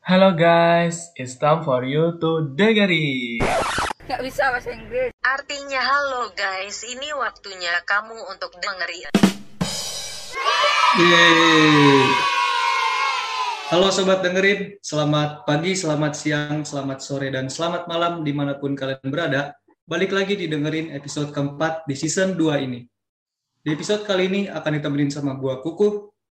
Halo guys, it's time for you to dengerin. Nggak bisa bahasa Inggris. Artinya halo guys, ini waktunya kamu untuk dengerin. Yeay. Halo sobat dengerin, selamat pagi, selamat siang, selamat sore, dan selamat malam dimanapun kalian berada. Balik lagi didengerin episode keempat di season 2 ini. Di episode kali ini akan ditemenin sama gua Kuku.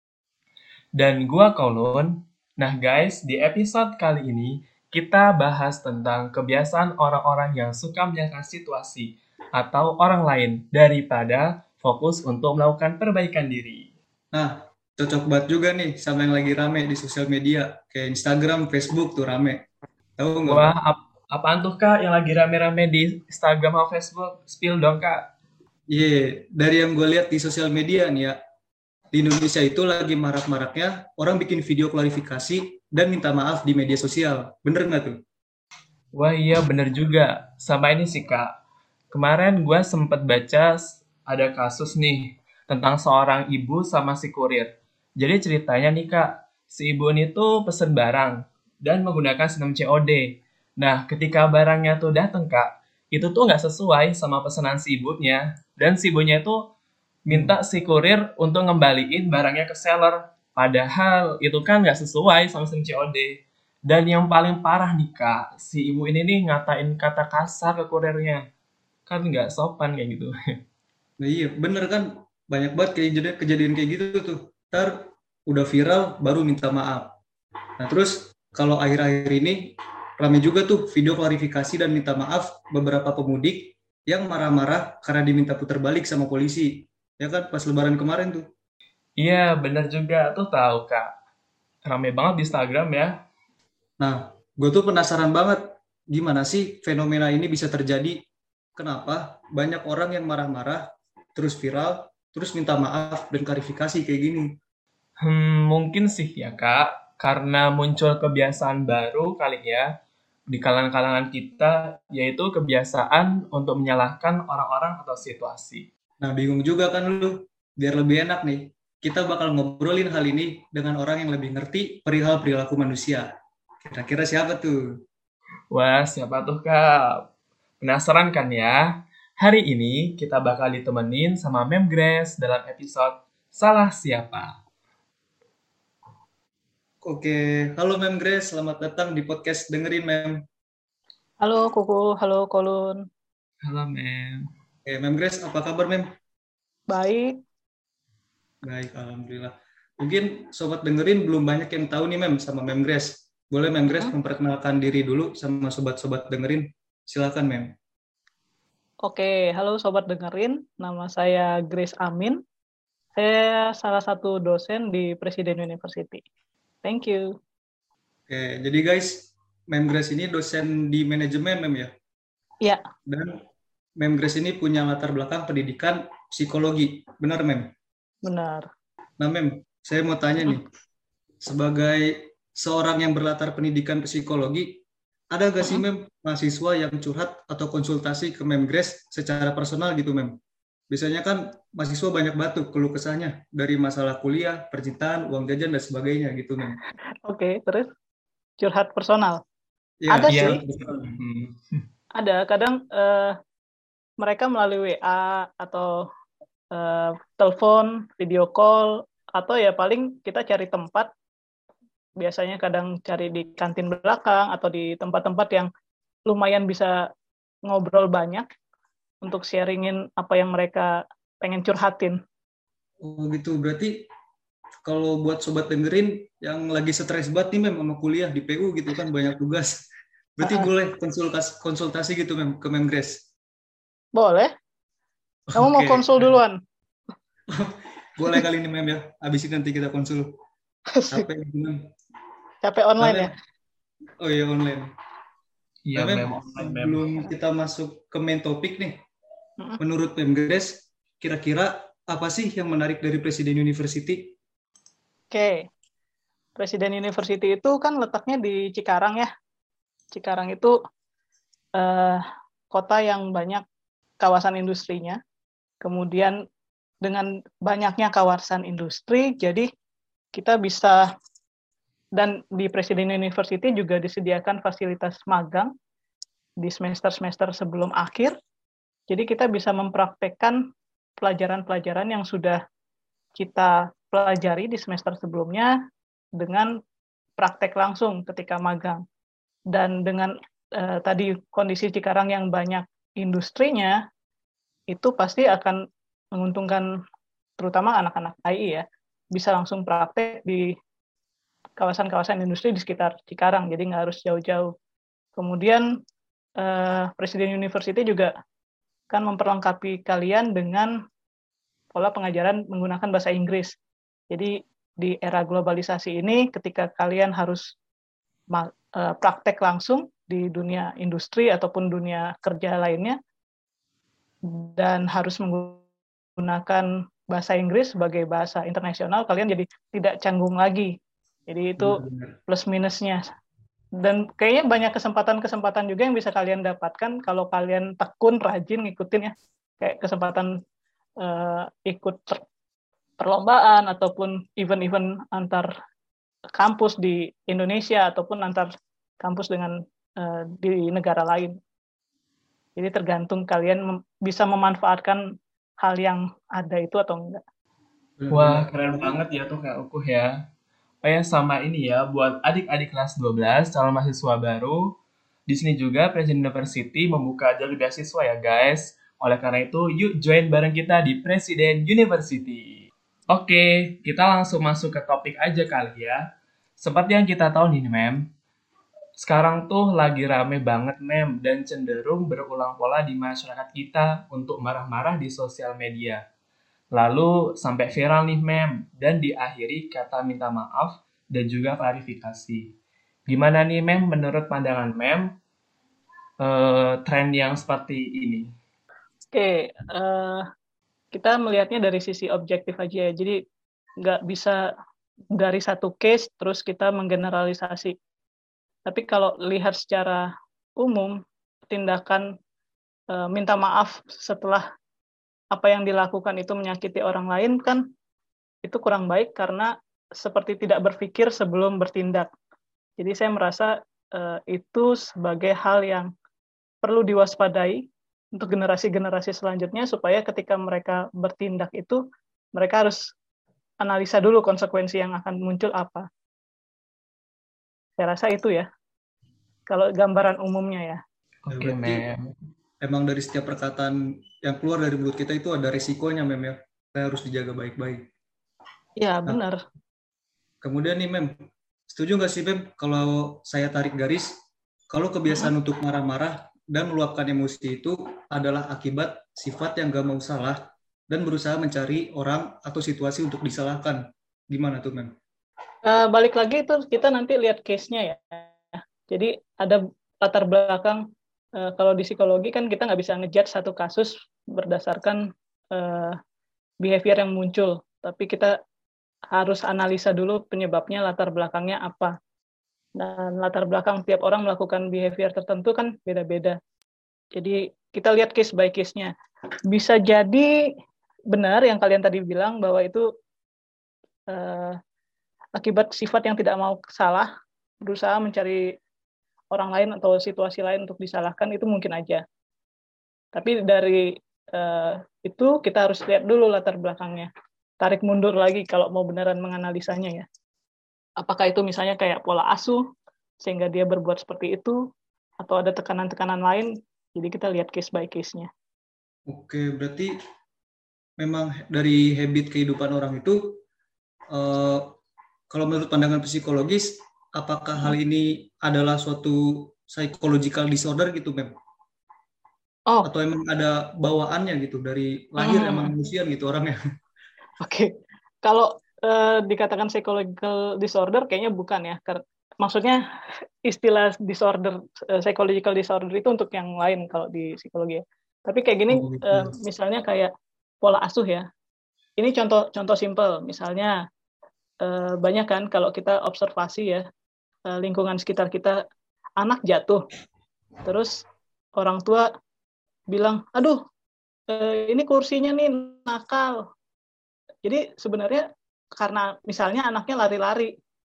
Dan gua Kolon. Nah guys, di episode kali ini kita bahas tentang kebiasaan orang-orang yang suka menyangkal situasi atau orang lain daripada fokus untuk melakukan perbaikan diri. Nah, cocok banget juga nih sama yang lagi rame di sosial media, kayak Instagram, Facebook tuh rame. Tahu nggak? Wah, apaan tuh kak yang lagi rame-rame di Instagram atau Facebook? Spill dong kak. Iya, dari yang gue lihat di sosial media nih ya, di Indonesia itu lagi marak-maraknya orang bikin video klarifikasi dan minta maaf di media sosial. Bener nggak tuh? Wah iya bener juga. Sama ini sih kak. Kemarin gue sempet baca ada kasus nih tentang seorang ibu sama si kurir. Jadi ceritanya nih kak, si ibu ini tuh pesen barang dan menggunakan sistem COD. Nah ketika barangnya tuh dateng kak, itu tuh nggak sesuai sama pesanan si ibunya. Dan si ibunya itu minta si kurir untuk ngembaliin barangnya ke seller. Padahal itu kan nggak sesuai sama sistem COD. Dan yang paling parah nih kak, si ibu ini nih ngatain kata kasar ke kurirnya. Kan nggak sopan kayak gitu. Nah iya, bener kan? Banyak banget kejadian kayak gitu tuh. Ntar udah viral baru minta maaf. Nah terus kalau akhir-akhir ini rame juga tuh video klarifikasi dan minta maaf beberapa pemudik yang marah-marah karena diminta putar balik sama polisi. Ya kan pas lebaran kemarin tuh. Iya bener juga, tuh tahu kak. Rame banget di Instagram ya. Nah, gue tuh penasaran banget gimana sih fenomena ini bisa terjadi. Kenapa banyak orang yang marah-marah, terus viral, terus minta maaf dan klarifikasi kayak gini. Mungkin sih ya kak, karena muncul kebiasaan baru kali ya di kalangan-kalangan kita, yaitu kebiasaan untuk menyalahkan orang-orang atau situasi. Nah, bingung juga kan lu. Biar lebih enak nih, kita bakal ngobrolin hal ini dengan orang yang lebih ngerti perihal perilaku manusia. Kira-kira siapa tuh? Wah, siapa tuh kak? Penasaran kan ya? Hari ini kita bakal ditemenin sama Mem Grace dalam episode Salah Siapa. Oke, halo Mem Grace, selamat datang di podcast Dengerin Mem. Halo Kuku, halo Kolun. Halo Mem. Mem Grace, apa kabar Mem? Baik. Baik, alhamdulillah. Mungkin sobat dengerin belum banyak yang tahu nih Mem sama Mem Grace. Boleh Mem Grace memperkenalkan diri dulu sama sobat-sobat dengerin? Silakan Mem. Oke, halo sobat dengerin. Nama saya Grace Amin. Saya salah satu dosen di Presiden University. Thank you. Oke, jadi guys, Mem Grace ini dosen di manajemen Mem ya? Ya. Dan Mem Grace ini punya latar belakang pendidikan psikologi. Benar Mem? Benar. Nah Mem, saya mau tanya nih. Sebagai seorang yang berlatar pendidikan psikologi, ada gak sih Mem mahasiswa yang curhat atau konsultasi ke Mem Grace secara personal gitu Mem? Biasanya kan mahasiswa banyak batu keluh kesahnya dari masalah kuliah, percintaan, uang jajan dan sebagainya gitu Mem. Oke, terus curhat personal. Ya, Ada Iya. sih. Ada. Kadang mereka melalui WA atau telepon, video call, atau ya paling kita cari tempat. Biasanya kadang cari di kantin belakang atau di tempat-tempat yang lumayan bisa ngobrol banyak untuk sharingin apa yang mereka pengen curhatin. Oh gitu, berarti kalau buat sobat dengerin yang lagi stres banget nih Mem sama kuliah di PU gitu kan banyak tugas. Berarti boleh konsultasi gitu Mem ke Mem Grace. Boleh. Kamu mau konsul duluan? Boleh kali ini Mem ya. Habis ini nanti kita konsul. Capek gitu Mem. Capek online ya? Oh iya online. Iya Nah, Mem, Mem, online Mem. sebelum kita masuk ke main topik nih, menurut Mem Grace, kira-kira apa sih yang menarik dari Presiden University? Oke. Presiden University itu kan letaknya di Cikarang ya. Cikarang itu kota yang banyak kawasan industrinya. Kemudian dengan banyaknya kawasan industri, jadi kita bisa Dan di Presiden University juga disediakan fasilitas magang di semester-semester sebelum akhir. Jadi kita bisa mempraktekkan pelajaran-pelajaran yang sudah kita pelajari di semester sebelumnya dengan praktek langsung ketika magang. Dan dengan tadi kondisi Cikarang yang banyak industrinya, itu pasti akan menguntungkan terutama anak-anak AI ya, bisa langsung praktek di kawasan-kawasan industri di sekitar Cikarang, jadi nggak harus jauh-jauh. Kemudian Presiden University juga kan memperlengkapi kalian dengan pola pengajaran menggunakan bahasa Inggris. Jadi di era globalisasi ini, ketika kalian harus praktek langsung di dunia industri ataupun dunia kerja lainnya, dan harus menggunakan bahasa Inggris sebagai bahasa internasional, kalian jadi tidak canggung lagi. Jadi itu plus minusnya. Dan kayaknya banyak kesempatan-kesempatan juga yang bisa kalian dapatkan kalau kalian tekun, rajin, ngikutin ya. Kayak kesempatan ikut perlombaan ataupun event-event antar kampus di Indonesia ataupun antar kampus dengan di negara lain. Jadi tergantung kalian bisa memanfaatkan hal yang ada itu atau enggak. Wah, keren banget ya tuh Kak Ukuh ya. Oh ya, sama ini ya, buat adik-adik kelas 12 calon mahasiswa baru, di sini juga Presiden University membuka jalur beasiswa ya guys. Oleh karena itu, yuk join bareng kita di Presiden University. Oke, kita langsung masuk ke topik aja kali ya. Seperti yang kita tahu nih, Mem, sekarang tuh lagi rame banget, Mem, dan cenderung berulang pola di masyarakat kita untuk marah-marah di sosial media. Lalu sampai viral nih, Mem, dan diakhiri kata minta maaf dan juga klarifikasi. Gimana nih, Mem, menurut pandangan Mem, tren yang seperti ini? Oke, kita melihatnya dari sisi objektif aja ya. Jadi nggak bisa dari satu case terus kita menggeneralisasi. Tapi kalau lihat secara umum, tindakan minta maaf setelah apa yang dilakukan itu menyakiti orang lain kan itu kurang baik karena seperti tidak berpikir sebelum bertindak. Jadi saya merasa itu sebagai hal yang perlu diwaspadai untuk generasi-generasi selanjutnya supaya ketika mereka bertindak itu mereka harus analisa dulu konsekuensi yang akan muncul apa. Saya rasa itu ya. Kalau gambaran umumnya ya. Oke, Mem. Emang dari setiap perkataan yang keluar dari mulut kita itu ada resikonya, Mem ya. Kita harus dijaga baik-baik. Ya, benar. Kemudian nih, Mem, setuju nggak sih, Mem, kalau saya tarik garis, kalau kebiasaan untuk marah-marah dan meluapkan emosi itu adalah akibat sifat yang nggak mau salah dan berusaha mencari orang atau situasi untuk disalahkan. Gimana tuh, Mem? Balik lagi itu kita nanti lihat case-nya ya. Jadi ada latar belakang. Kalau di psikologi kan kita nggak bisa ngejudge satu kasus berdasarkan behavior yang muncul, tapi kita harus analisa dulu penyebabnya, latar belakangnya apa. Dan latar belakang tiap orang melakukan behavior tertentu kan beda-beda. Jadi kita lihat case by case-nya. Bisa jadi benar yang kalian tadi bilang bahwa itu akibat sifat yang tidak mau salah, berusaha mencari orang lain atau situasi lain untuk disalahkan, itu mungkin aja. Tapi dari itu kita harus lihat dulu latar belakangnya. Tarik mundur lagi kalau mau beneran menganalisanya ya. Apakah itu misalnya kayak pola asuh, sehingga dia berbuat seperti itu, atau ada tekanan-tekanan lain, jadi kita lihat case by case-nya. Oke, berarti memang dari habit kehidupan orang itu, kalau menurut pandangan psikologis, apakah hal ini adalah suatu psychological disorder gitu, Mem? Oh. Atau emang ada bawaannya gitu, dari lahir emang manusia gitu orangnya? Oke. Kalau dikatakan psychological disorder, kayaknya bukan ya. Maksudnya istilah disorder, psychological disorder itu untuk yang lain kalau di psikologi ya. Tapi kayak gini, misalnya kayak pola asuh ya. Ini contoh simpel, misalnya banyak kan kalau kita observasi ya, lingkungan sekitar kita, anak jatuh, terus orang tua bilang, aduh, ini kursinya nih nakal. Jadi sebenarnya karena misalnya anaknya lari-lari,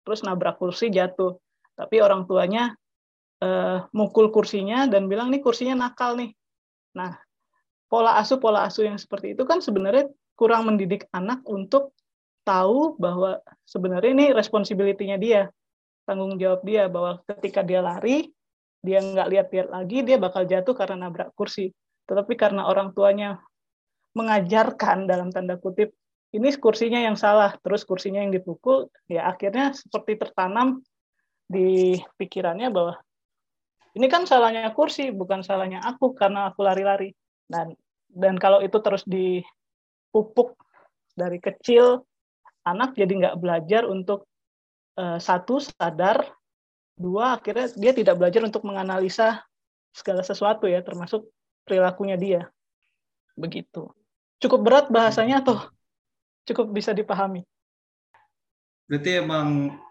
terus nabrak kursi jatuh. Tapi orang tuanya mukul kursinya dan bilang nih kursinya nakal nih. Nah, pola asuh yang seperti itu kan sebenarnya kurang mendidik anak untuk tahu bahwa sebenarnya ini responsibility-nya dia, tanggung jawab dia, bahwa ketika dia lari, dia nggak lihat-lihat lagi, dia bakal jatuh karena nabrak kursi. Tetapi karena orang tuanya mengajarkan dalam tanda kutip, ini kursinya yang salah, terus kursinya yang dipukul, ya akhirnya seperti tertanam di pikirannya bahwa ini kan salahnya kursi, bukan salahnya aku karena aku lari-lari. Dan kalau itu terus dipupuk dari kecil, anak jadi nggak belajar untuk satu, sadar, dua, akhirnya dia tidak belajar untuk menganalisa segala sesuatu ya, termasuk perilakunya dia. Begitu. Cukup berat bahasanya atau cukup bisa dipahami? Berarti emang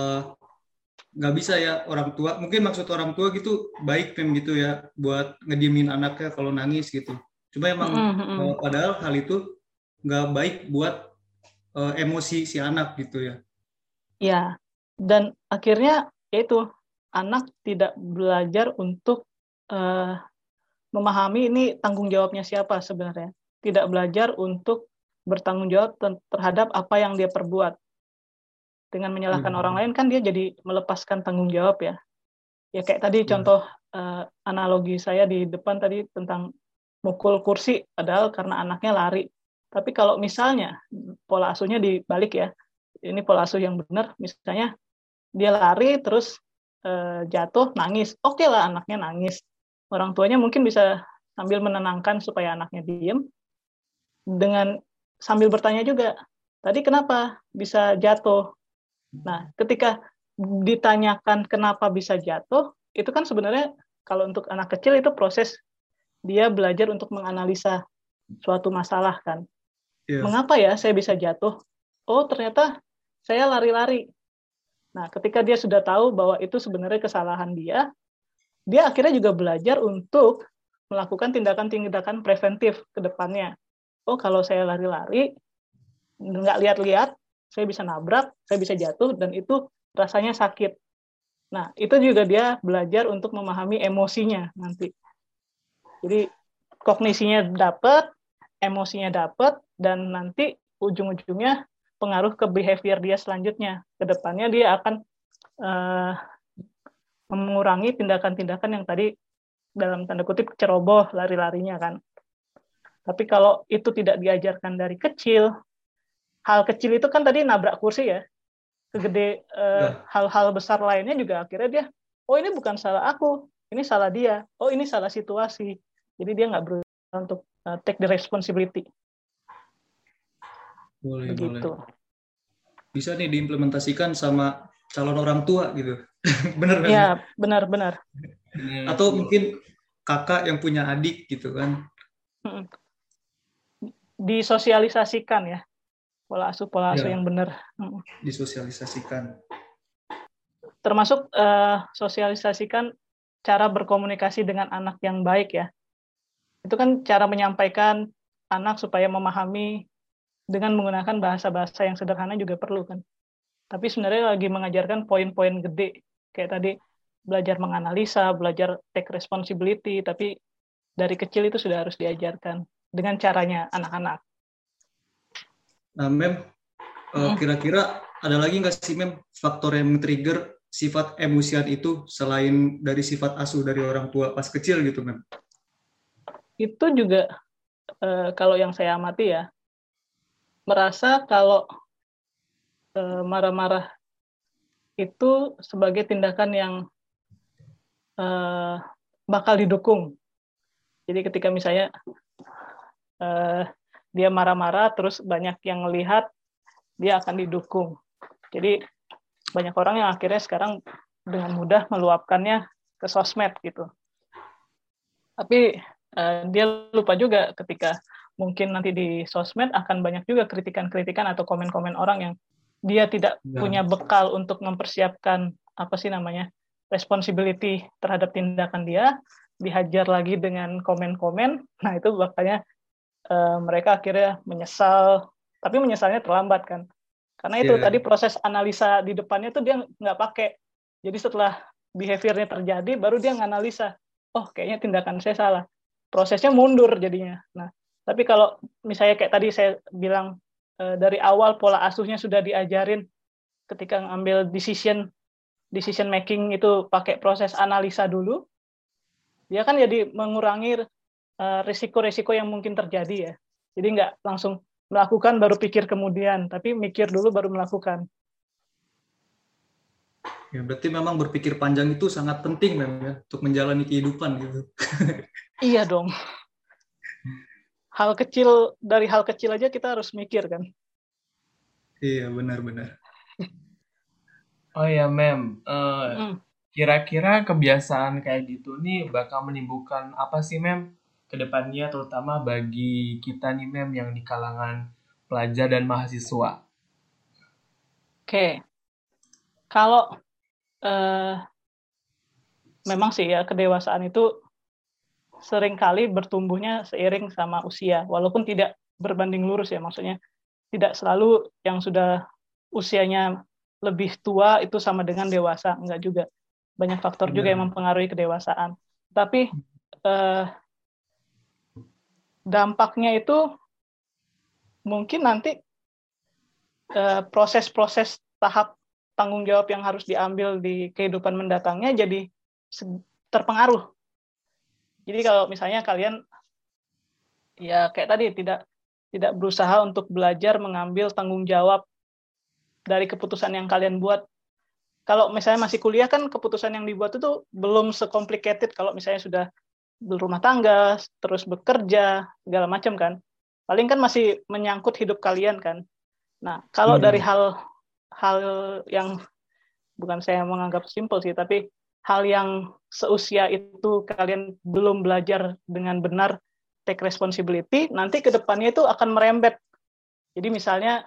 nggak bisa ya orang tua, mungkin maksud orang tua gitu baik Mem gitu ya, buat ngediemin anaknya kalau nangis gitu. Cuma emang padahal hal itu nggak baik buat emosi si anak gitu ya. Ya, dan akhirnya yaitu anak tidak belajar untuk memahami ini tanggung jawabnya siapa sebenarnya. Tidak belajar untuk bertanggung jawab terhadap apa yang dia perbuat. Dengan menyalahkan orang lain kan dia jadi melepaskan tanggung jawab ya. Ya kayak tadi contoh analogi saya di depan tadi tentang mukul kursi, padahal karena anaknya lari. Tapi kalau misalnya pola asuhnya dibalik ya, ini pola asuh yang benar, misalnya dia lari terus jatuh, nangis. Oke lah anaknya nangis. Orang tuanya mungkin bisa sambil menenangkan supaya anaknya diem, dengan sambil bertanya juga, tadi kenapa bisa jatuh? Nah, ketika ditanyakan kenapa bisa jatuh, itu kan sebenarnya kalau untuk anak kecil itu proses dia belajar untuk menganalisa suatu masalah kan. Yeah. Mengapa ya saya bisa jatuh? Oh, ternyata saya lari-lari. Nah, ketika dia sudah tahu bahwa itu sebenarnya kesalahan dia akhirnya juga belajar untuk melakukan tindakan-tindakan preventif ke depannya. Oh, kalau saya lari-lari, nggak lihat-lihat, saya bisa nabrak, saya bisa jatuh, dan itu rasanya sakit. Nah, itu juga dia belajar untuk memahami emosinya nanti. Jadi, kognisinya dapat, emosinya dapat, dan nanti ujung-ujungnya pengaruh ke behavior dia selanjutnya. Ke depannya dia akan mengurangi tindakan-tindakan yang tadi dalam tanda kutip ceroboh lari-larinya kan. Tapi kalau itu tidak diajarkan dari kecil, hal kecil itu kan tadi nabrak kursi ya, segede hal-hal besar lainnya juga akhirnya dia, oh ini bukan salah aku, ini salah dia, oh ini salah situasi. Jadi dia nggak berusaha untuk take the responsibility. Boleh. Bisa nih diimplementasikan sama calon orang tua gitu. Bener kan? Iya, benar. Atau mungkin kakak yang punya adik gitu kan. Disosialisasikan ya. Pola asuh yang benar. Disosialisasikan. Termasuk sosialisasikan cara berkomunikasi dengan anak yang baik ya. Itu kan cara menyampaikan anak supaya memahami dengan menggunakan bahasa-bahasa yang sederhana juga perlu kan. Tapi sebenarnya lagi mengajarkan poin-poin gede. Kayak tadi belajar menganalisa, belajar take responsibility, tapi dari kecil itu sudah harus diajarkan dengan caranya anak-anak. Nah, Mem, kira-kira ada lagi nggak sih, Mem, faktor yang men-trigger sifat emosian itu selain dari sifat asuh dari orang tua pas kecil gitu, Mem? Itu juga kalau yang saya amati ya, merasa kalau marah-marah itu sebagai tindakan yang bakal didukung. Jadi ketika misalnya dia marah-marah, terus banyak yang melihat, dia akan didukung. Jadi banyak orang yang akhirnya sekarang dengan mudah meluapkannya ke sosmed gitu. Tapi dia lupa juga ketika mungkin nanti di sosmed akan banyak juga kritikan-kritikan atau komen-komen orang yang dia tidak punya bekal untuk mempersiapkan responsibility terhadap tindakan dia, dihajar lagi dengan komen-komen. Nah itu makanya mereka akhirnya menyesal, tapi menyesalnya terlambat kan, Karena itu Iya. tadi proses analisa di depannya tuh dia nggak pakai. Jadi setelah behavior-nya terjadi, baru dia nganalisa. Oh, kayaknya tindakan saya salah. Prosesnya mundur jadinya. Nah, tapi kalau misalnya kayak tadi saya bilang, dari awal pola asuhnya sudah diajarin ketika ngambil decision making itu pakai proses analisa dulu, dia kan jadi mengurangi risiko-risiko yang mungkin terjadi ya. Jadi nggak langsung melakukan baru pikir kemudian, tapi mikir dulu baru melakukan. Ya, berarti memang berpikir panjang itu sangat penting memang ya untuk menjalani kehidupan gitu. Iya dong. Dari hal kecil aja kita harus mikir kan. Iya, benar-benar. Oh ya, Mem. Kira-kira kebiasaan kayak gitu nih bakal menimbulkan apa sih, Mem? Kedepannya terutama bagi kita nih, Mem, yang di kalangan pelajar dan mahasiswa. Oke. Kalau memang sih ya, kedewasaan itu seringkali bertumbuhnya seiring sama usia, walaupun tidak berbanding lurus ya, maksudnya tidak selalu yang sudah usianya lebih tua itu sama dengan dewasa, enggak juga. Banyak faktor juga yang mempengaruhi kedewasaan. Tapi dampaknya itu mungkin nanti proses-proses tahap tanggung jawab yang harus diambil di kehidupan mendatangnya jadi terpengaruh. Jadi kalau misalnya kalian ya kayak tadi tidak berusaha untuk belajar mengambil tanggung jawab dari keputusan yang kalian buat. Kalau misalnya masih kuliah kan keputusan yang dibuat itu belum se-complicated kalau misalnya sudah berumah tangga, terus bekerja, segala macam kan. Paling kan masih menyangkut hidup kalian kan. Nah, kalau dari hal yang bukan saya menganggap simpel sih, tapi hal yang seusia itu kalian belum belajar dengan benar take responsibility, nanti ke depannya itu akan merembet. Jadi misalnya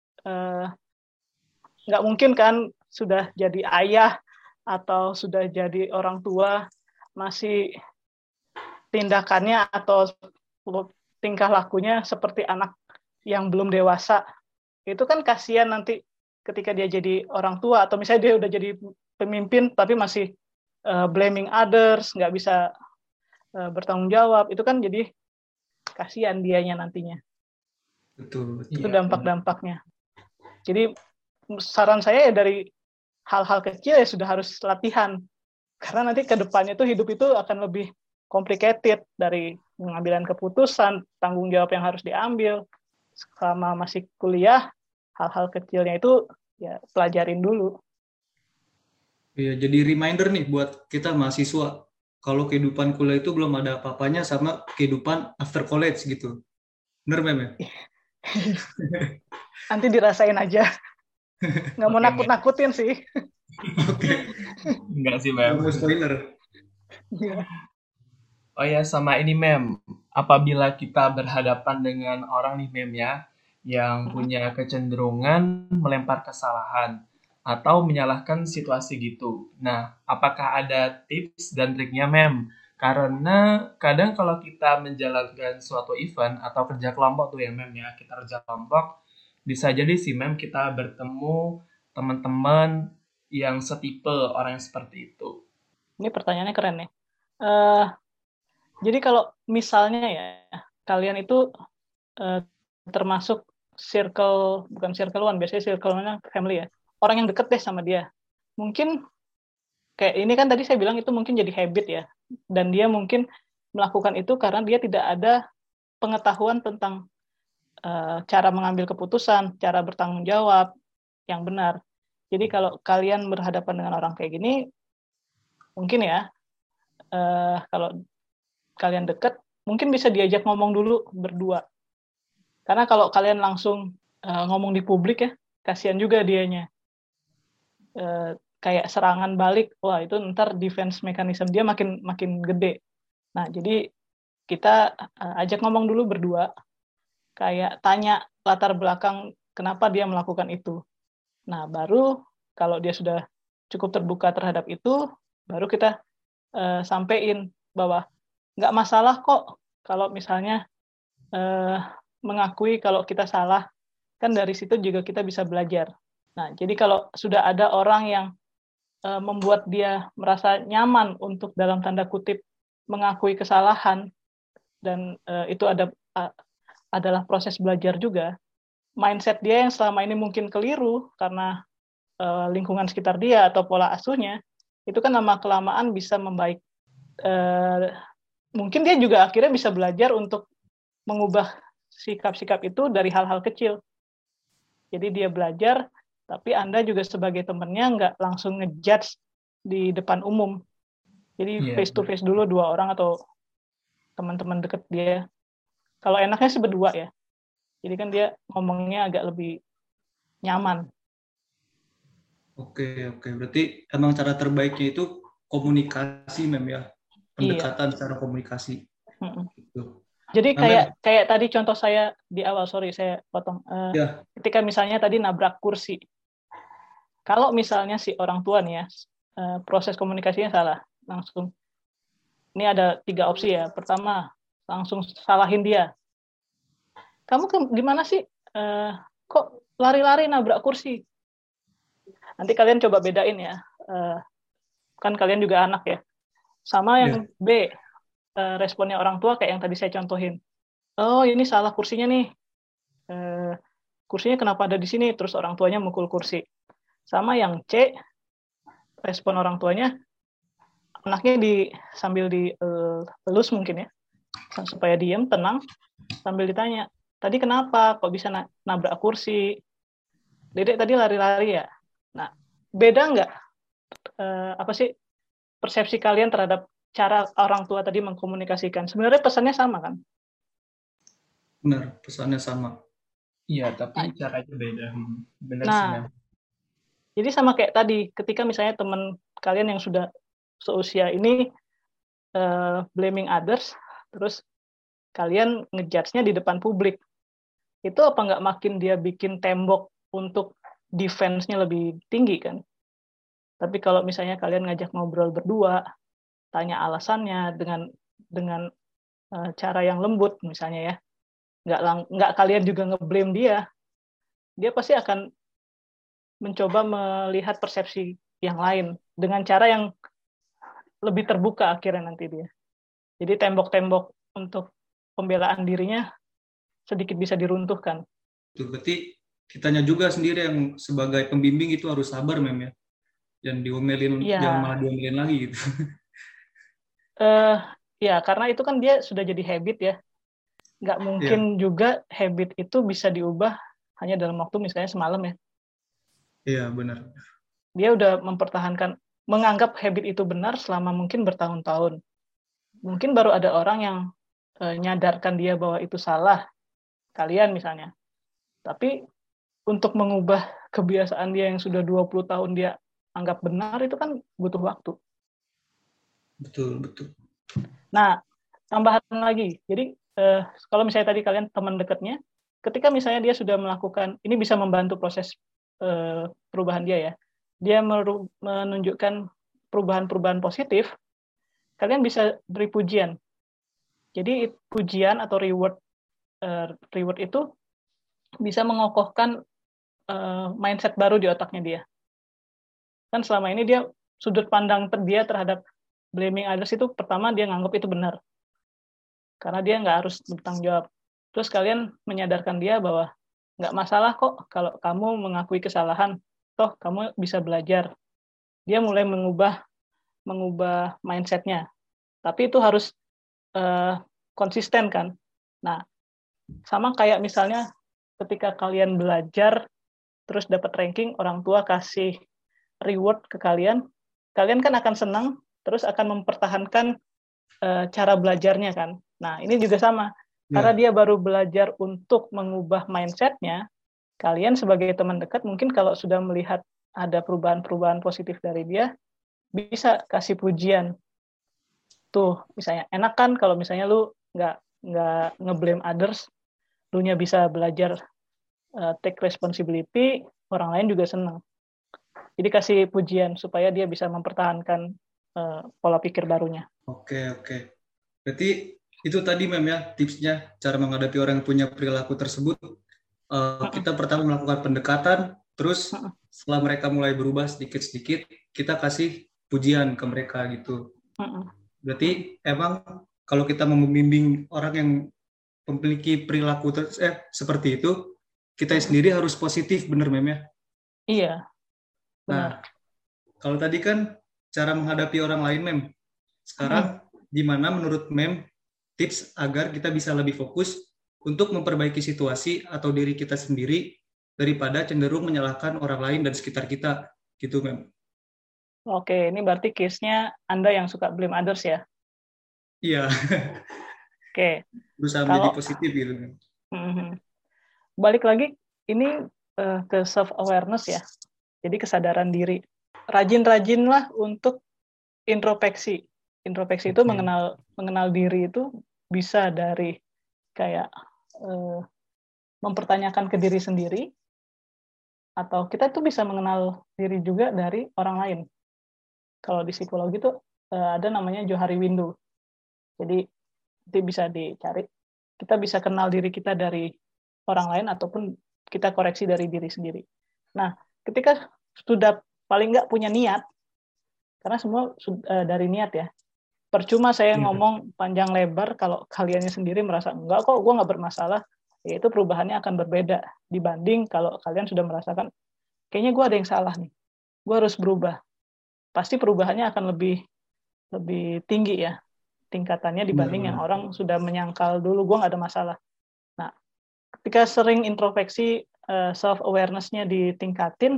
nggak mungkin kan sudah jadi ayah atau sudah jadi orang tua masih tindakannya atau tingkah lakunya seperti anak yang belum dewasa. Itu kan kasihan nanti ketika dia jadi orang tua atau misalnya dia udah jadi pemimpin tapi masih blaming others, nggak bisa bertanggung jawab, itu kan jadi kasihan dianya nantinya. Betul. Itu dampak-dampaknya. Jadi saran saya ya dari hal-hal kecil ya sudah harus latihan. Karena nanti ke depannya tuh hidup itu akan lebih complicated dari pengambilan keputusan, tanggung jawab yang harus diambil. Selama masih kuliah, hal-hal kecilnya itu ya pelajarin dulu. Iya, jadi reminder nih buat kita mahasiswa. Kalau kehidupan kuliah itu belum ada apa-apanya sama kehidupan after college gitu. Bener, Mem? Nanti dirasain aja. Nggak mau nakut-nakutin sih. Oke. Enggak sih, Mem. Spoiler. Oh ya, sama ini, Mem. Apabila kita berhadapan dengan orang nih, Mem ya, yang punya kecenderungan melempar kesalahan atau menyalahkan situasi gitu. Nah, apakah ada tips dan triknya, Mem? Karena kadang kalau kita menjalankan suatu event atau kerja kelompok tuh ya, Mem ya, kita kerja kelompok, bisa jadi sih, Mem, kita bertemu teman-teman yang setipe orang yang seperti itu. Ini pertanyaannya keren nih. Jadi kalau misalnya ya, kalian itu termasuk bukan circle one, biasanya circle one family ya. Orang yang deket deh sama dia. Mungkin kayak ini kan tadi saya bilang itu mungkin jadi habit ya. Dan dia mungkin melakukan itu karena dia tidak ada pengetahuan tentang cara mengambil keputusan, cara bertanggung jawab yang benar. Jadi kalau kalian berhadapan dengan orang kayak gini, mungkin ya, kalau kalian deket, mungkin bisa diajak ngomong dulu berdua. Karena kalau kalian langsung ngomong di publik ya, kasihan juga dianya. Kayak serangan balik, wah itu ntar defense mechanism dia makin gede. Nah, jadi kita ajak ngomong dulu berdua, kayak tanya latar belakang kenapa dia melakukan itu. Nah, baru kalau dia sudah cukup terbuka terhadap itu, baru kita sampein bahwa nggak masalah kok kalau misalnya mengakui kalau kita salah. kan dari situ juga kita bisa belajar. Nah, jadi kalau sudah ada orang yang membuat dia merasa nyaman untuk dalam tanda kutip mengakui kesalahan, dan itu adalah proses belajar juga, mindset dia yang selama ini mungkin keliru karena lingkungan sekitar dia atau pola asuhnya, itu kan lama-kelamaan bisa membaik. Mungkin dia juga akhirnya bisa belajar untuk mengubah sikap-sikap itu dari hal-hal kecil. Jadi dia belajar, tapi Anda juga sebagai temannya nggak langsung ngejudge di depan umum. Jadi face to face dulu 2 orang atau teman-teman deket dia. Kalau enaknya sih berdua ya. Jadi kan dia ngomongnya agak lebih nyaman. Oke. Berarti emang cara terbaiknya itu komunikasi, Mem ya. Pendekatan secara komunikasi. Gitu. Jadi kayak tadi contoh saya di awal, sorry saya potong. Ketika misalnya tadi nabrak kursi. Kalau misalnya si orang tua nih ya, proses komunikasinya salah. Langsung. Ini ada 3 opsi ya. Pertama, langsung salahin dia. Kamu gimana sih? Kok lari-lari nabrak kursi? Nanti kalian coba bedain ya. Kan kalian juga anak ya. Sama yang B, responnya orang tua kayak yang tadi saya contohin. Oh, ini salah kursinya nih. Kursinya kenapa ada di sini? Terus orang tuanya mukul kursi. Sama yang C, respon orang tuanya, anaknya sambil dielus mungkin ya, supaya diam, tenang, sambil ditanya, tadi kenapa? Kok bisa nabrak kursi? Dedek tadi lari-lari ya? Nah, beda nggak? Apa sih persepsi kalian terhadap cara orang tua tadi mengkomunikasikan? Sebenarnya pesannya sama kan? Benar, pesannya sama. Iya, tapi caranya beda. Benar sih, Mem. Jadi sama kayak tadi, ketika misalnya teman kalian yang sudah seusia ini blaming others, terus kalian ngejudge-nya di depan publik, itu apa nggak makin dia bikin tembok untuk defense-nya lebih tinggi kan? Tapi kalau misalnya kalian ngajak ngobrol berdua, tanya alasannya dengan cara yang lembut misalnya ya, nggak kalian juga ngeblame dia pasti akan mencoba melihat persepsi yang lain dengan cara yang lebih terbuka akhirnya nanti dia. Jadi tembok-tembok untuk pembelaan dirinya sedikit bisa diruntuhkan. Itu berarti kitanya juga sendiri yang sebagai pembimbing itu harus sabar, Mem ya. Jangan diomelin, jangan malah diomelin lagi gitu. Ya, karena itu kan dia sudah jadi habit ya. Nggak mungkin juga habit itu bisa diubah hanya dalam waktu misalnya semalam ya. Iya, benar. Dia udah menganggap habit itu benar selama mungkin bertahun-tahun. Mungkin baru ada orang yang nyadarkan dia bahwa itu salah, kalian misalnya. Tapi untuk mengubah kebiasaan dia yang sudah 20 tahun dia anggap benar, itu kan butuh waktu. Betul. Nah, tambahan lagi. Jadi, kalau misalnya tadi kalian teman dekatnya, ketika misalnya dia sudah melakukan, ini bisa membantu proses perubahan dia ya. Dia menunjukkan perubahan-perubahan positif, kalian bisa beri pujian. Jadi pujian atau reward itu bisa mengokohkan mindset baru di otaknya dia. Kan selama ini dia sudut pandang dia terhadap blaming others itu pertama dia nganggap itu benar. Karena dia nggak harus bertanggung jawab. Terus kalian menyadarkan dia bahwa nggak masalah kok kalau kamu mengakui kesalahan, toh kamu bisa belajar. Dia mulai mengubah mindset-nya. Tapi itu harus konsisten kan. Nah, sama kayak misalnya ketika kalian belajar terus dapat ranking, orang tua kasih reward ke kalian kan akan senang, terus akan mempertahankan cara belajarnya kan. Nah, ini juga sama. Karena dia baru belajar untuk mengubah mindset-nya, kalian sebagai teman dekat mungkin kalau sudah melihat ada perubahan-perubahan positif dari dia, bisa kasih pujian. Tuh, misalnya, enak kan kalau misalnya lu nggak nge-blame others, lu nya bisa belajar take responsibility, orang lain juga senang. Jadi kasih pujian supaya dia bisa mempertahankan pola pikir barunya. Oke. Berarti itu tadi, Mem ya, tipsnya cara menghadapi orang yang punya perilaku tersebut. kita pertama melakukan pendekatan, terus Mm-mm. setelah mereka mulai berubah sedikit-sedikit, kita kasih pujian ke mereka gitu. Mm-mm. Berarti emang kalau kita mau membimbing orang yang memiliki perilaku seperti itu, kita Mm-mm. sendiri harus positif, bener Mem ya? Iya, Nah, benar. kalau tadi kan cara menghadapi orang lain Mem. Sekarang gimana menurut Mem tips agar kita bisa lebih fokus untuk memperbaiki situasi atau diri kita sendiri daripada cenderung menyalahkan orang lain dan sekitar kita gitu Mem. Oke, ini berarti case-nya Anda yang suka blame others ya. Iya, Oke, berusaha menjadi kalau positif gitu Mem. balik lagi ini ke self awareness ya. Jadi kesadaran diri. Rajin-rajinlah untuk introspeksi. Introspeksi itu Oke. mengenal diri itu bisa dari kayak mempertanyakan ke diri sendiri, atau kita itu bisa mengenal diri juga dari orang lain. Kalau di psikologi itu ada namanya Johari Window. Jadi itu bisa dicari. Kita bisa kenal diri kita dari orang lain ataupun kita koreksi dari diri sendiri. Nah, ketika sudah paling nggak punya niat, karena semua dari niat ya. Percuma saya ngomong panjang lebar kalau kaliannya sendiri merasa enggak kok, gue nggak bermasalah. Ya itu perubahannya akan berbeda dibanding kalau kalian sudah merasakan kayaknya gue ada yang salah nih, gue harus berubah. Pasti perubahannya akan lebih tinggi ya tingkatannya dibanding yang orang sudah menyangkal dulu gue nggak ada masalah. Nah, ketika sering introspeksi, self awareness-nya ditingkatin,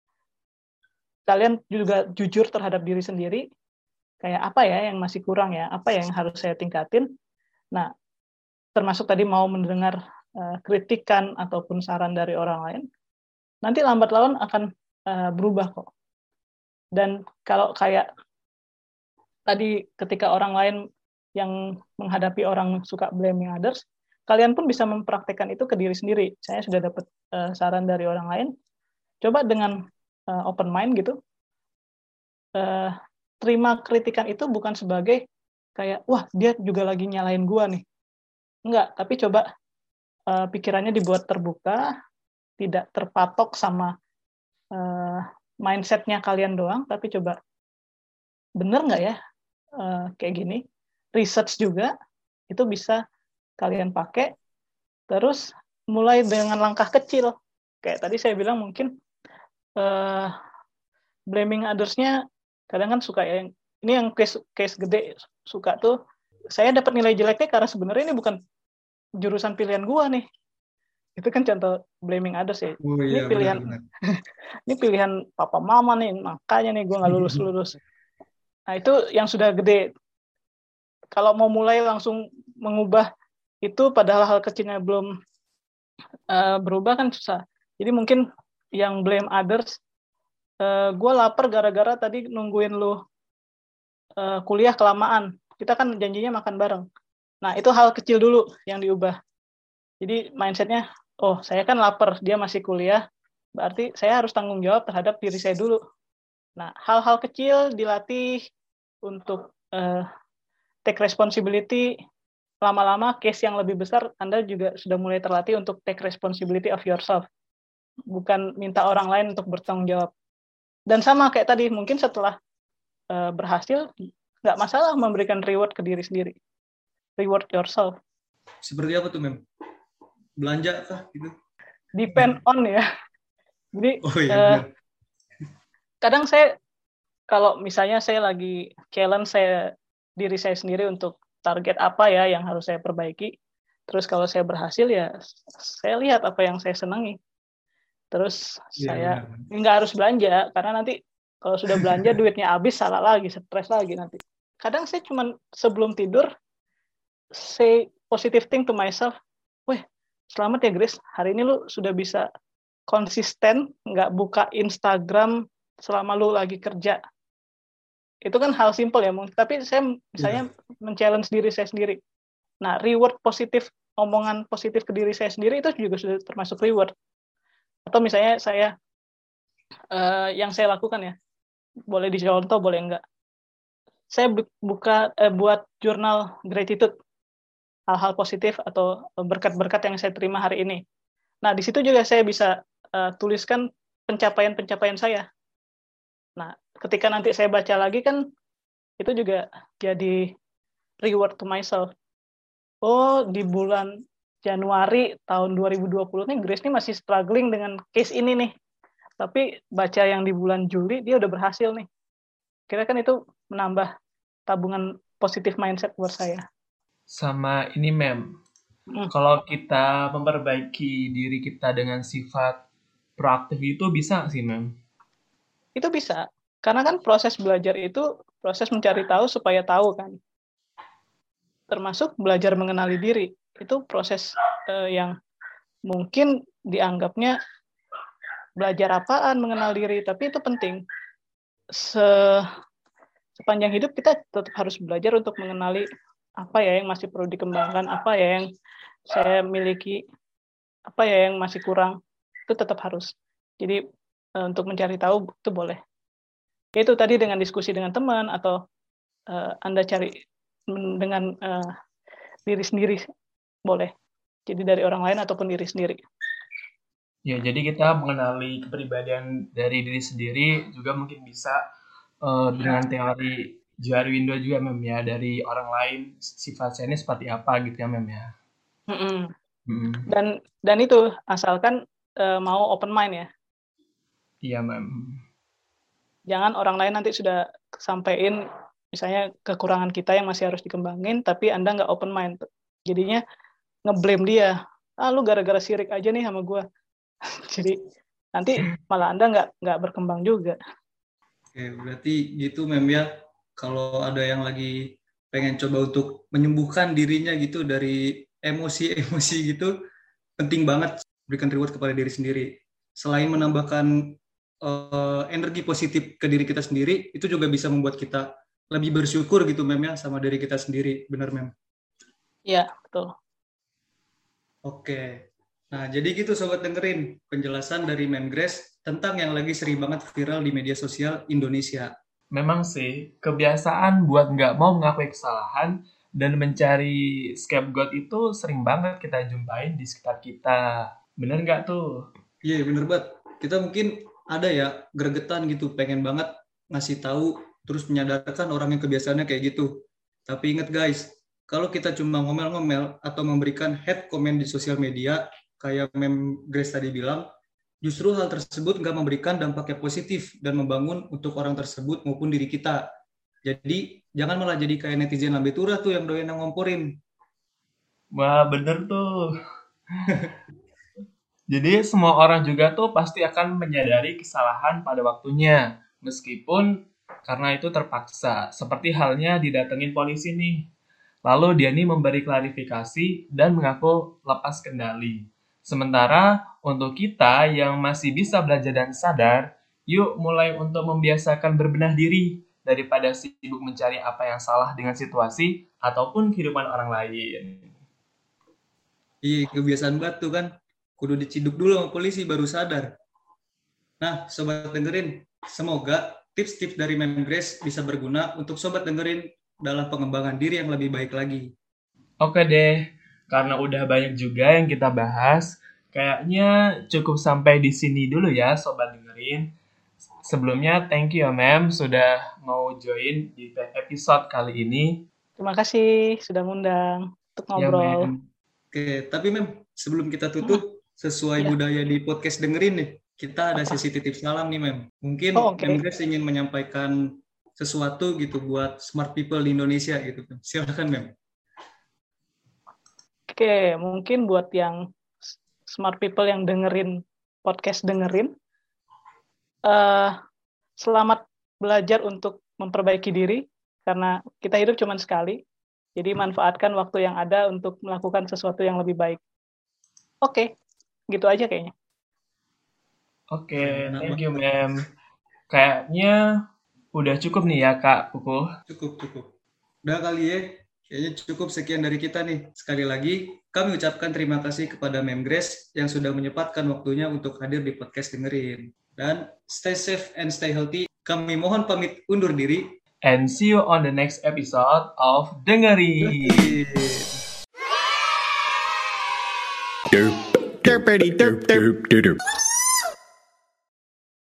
kalian juga jujur terhadap diri sendiri, kayak apa ya yang masih kurang ya, apa yang harus saya tingkatin. Nah, termasuk tadi mau mendengar kritikan ataupun saran dari orang lain, nanti lambat laun akan berubah kok. Dan kalau kayak tadi ketika orang lain yang menghadapi orang suka blaming others, kalian pun bisa mempraktekkan itu ke diri sendiri. Saya sudah dapat saran dari orang lain, coba dengan open mind gitu, terima kritikan itu bukan sebagai kayak, wah dia juga lagi nyalain gua nih. Enggak, tapi coba pikirannya dibuat terbuka, tidak terpatok sama mindset-nya kalian doang, tapi coba bener nggak ya kayak gini. Research juga, itu bisa kalian pakai, terus mulai dengan langkah kecil. Kayak tadi saya bilang mungkin blaming others-nya kadang kan suka ya, ini yang case gede suka tuh, saya dapat nilai jeleknya karena sebenarnya ini bukan jurusan pilihan gua nih. Itu kan contoh blaming others ya. Oh, iya, Ini pilihan benar. ini pilihan papa mama nih, makanya nih gua nggak lulus. Nah itu yang sudah gede. Kalau mau mulai langsung mengubah itu padahal hal kecilnya belum berubah kan susah. Jadi mungkin yang blame others, gue lapar gara-gara tadi nungguin lu kuliah kelamaan. Kita kan janjinya makan bareng. Nah, itu hal kecil dulu yang diubah. Jadi mindset-nya, oh saya kan lapar, dia masih kuliah, berarti saya harus tanggung jawab terhadap diri saya dulu. Nah, hal-hal kecil dilatih untuk take responsibility, lama-lama case yang lebih besar, Anda juga sudah mulai terlatih untuk take responsibility of yourself. Bukan minta orang lain untuk bertanggung jawab. Dan sama kayak tadi, mungkin setelah berhasil, nggak masalah memberikan reward ke diri sendiri. Reward yourself. Seperti apa tuh, Mem? Belanja kah gitu? Depend on ya. Jadi, kadang saya, kalau misalnya saya lagi challenge diri saya sendiri untuk target apa ya yang harus saya perbaiki. Terus kalau saya berhasil ya saya lihat apa yang saya senangi. Terus saya nggak harus belanja karena nanti kalau sudah belanja duitnya habis salah lagi, stres lagi nanti. Kadang saya cuma sebelum tidur say positive thing to myself. Weh, selamat ya Grace, hari ini lu sudah bisa konsisten nggak buka Instagram selama lu lagi kerja. Itu kan hal simpel ya, tapi saya misalnya men-challenge diri saya sendiri. Nah, reward positif, omongan positif ke diri saya sendiri itu juga sudah termasuk reward. Atau misalnya saya, yang saya lakukan ya, boleh dicontoh, boleh enggak. Saya buat jurnal gratitude, hal-hal positif atau berkat-berkat yang saya terima hari ini. Nah, di situ juga saya bisa tuliskan pencapaian-pencapaian saya. Nah, ketika nanti saya baca lagi kan itu juga jadi reward to myself. Oh, di bulan Januari tahun 2020 nih Grace nih masih struggling dengan case ini nih. Tapi baca yang di bulan Juli dia udah berhasil nih. Kira kan itu menambah tabungan positif mindset buat saya. Sama ini, Mem. Kalau kita memperbaiki diri kita dengan sifat proaktif itu bisa nggak sih, Mem? Itu bisa. Karena kan proses belajar itu proses mencari tahu supaya tahu kan. Termasuk belajar mengenali diri. Itu proses yang mungkin dianggapnya belajar apaan mengenal diri, tapi itu penting. Sepanjang hidup kita tetap harus belajar untuk mengenali apa ya yang masih perlu dikembangkan, apa ya yang saya miliki, apa ya yang masih kurang, itu tetap harus. Jadi untuk mencari tahu itu boleh. Itu tadi dengan diskusi dengan teman atau Anda cari dengan diri sendiri boleh. Jadi dari orang lain ataupun diri sendiri. Ya, jadi kita mengenali kepribadian dari diri sendiri juga mungkin bisa dengan teori Johari Windo juga, Mem, ya, dari orang lain sifat saya ini seperti apa gitu ya, Mem, ya. Dan itu asalkan mau open mind ya. Iya, Mem. Jangan orang lain nanti sudah sampaikan misalnya kekurangan kita yang masih harus dikembangin, tapi Anda nggak open mind. Jadinya ngeblame dia. Lu gara-gara sirik aja nih sama gue. Jadi nanti malah Anda nggak berkembang juga. Oke, berarti gitu, Mem, ya. Kalau ada yang lagi pengen coba untuk menyembuhkan dirinya gitu dari emosi-emosi gitu, penting banget berikan reward kepada diri sendiri. Selain menambahkan energi positif ke diri kita sendiri, itu juga bisa membuat kita lebih bersyukur gitu, Mem, ya, sama diri kita sendiri. Benar, Mem? Iya, betul. Oke. Nah, jadi gitu Sobat dengerin penjelasan dari Mem Grace tentang yang lagi sering banget viral di media sosial Indonesia. Memang sih, kebiasaan buat nggak mau mengakui kesalahan dan mencari scapegoat itu sering banget kita jumpain di sekitar kita. Bener nggak tuh? Iya, bener banget. Kita mungkin ada ya gregetan gitu, pengen banget ngasih tahu, terus menyadarkan orang yang kebiasaannya kayak gitu. Tapi ingat guys, kalau kita cuma ngomel-ngomel atau memberikan hate comment di sosial media, kayak Mem Grace tadi bilang, justru hal tersebut nggak memberikan dampak yang positif dan membangun untuk orang tersebut maupun diri kita. Jadi, jangan malah jadi kayak netizen lambe turah tuh yang doyan ngomporin. Wah, bener tuh. Jadi, semua orang juga tuh pasti akan menyadari kesalahan pada waktunya. Meskipun karena itu terpaksa. Seperti halnya didatengin polisi nih. Lalu dia nih memberi klarifikasi dan mengaku lepas kendali. Sementara untuk kita yang masih bisa belajar dan sadar, yuk mulai untuk membiasakan berbenah diri daripada sibuk mencari apa yang salah dengan situasi ataupun kehidupan orang lain. Iya, kebiasaan banget tuh kan. Kudu diciduk dulu sama polisi baru sadar. Nah, Sobat dengerin, semoga tips-tips dari Mem Grace bisa berguna untuk Sobat dengerin dalam pengembangan diri yang lebih baik lagi. Oke deh, karena udah banyak juga yang kita bahas, kayaknya cukup sampai di sini dulu ya Sobat dengerin. Sebelumnya, thank you ya Mem sudah mau join di episode kali ini. Terima kasih sudah ngundang untuk ngobrol. Ya, Oke, tapi Mem, sebelum kita tutup, sesuai budaya di podcast dengerin nih, kita ada sesi titip salam nih Mem. Mungkin Mem Grace ingin menyampaikan sesuatu gitu buat smart people di Indonesia gitu. Silakan Mem. Oke, mungkin buat yang smart people yang dengerin podcast dengerin, selamat belajar untuk memperbaiki diri karena kita hidup cuma sekali. Jadi manfaatkan waktu yang ada untuk melakukan sesuatu yang lebih baik. Oke, gitu aja kayaknya. Oke, thank you Mem. Kayaknya udah cukup nih ya Kak Puku. Cukup. Udah kali ya. Kayaknya cukup sekian dari kita nih. Sekali lagi, kami ucapkan terima kasih kepada Mem Grace yang sudah menyempatkan waktunya untuk hadir di podcast dengerin. Dan stay safe and stay healthy. Kami mohon pamit undur diri. And see you on the next episode of Dengerin. derpity derp derp derp.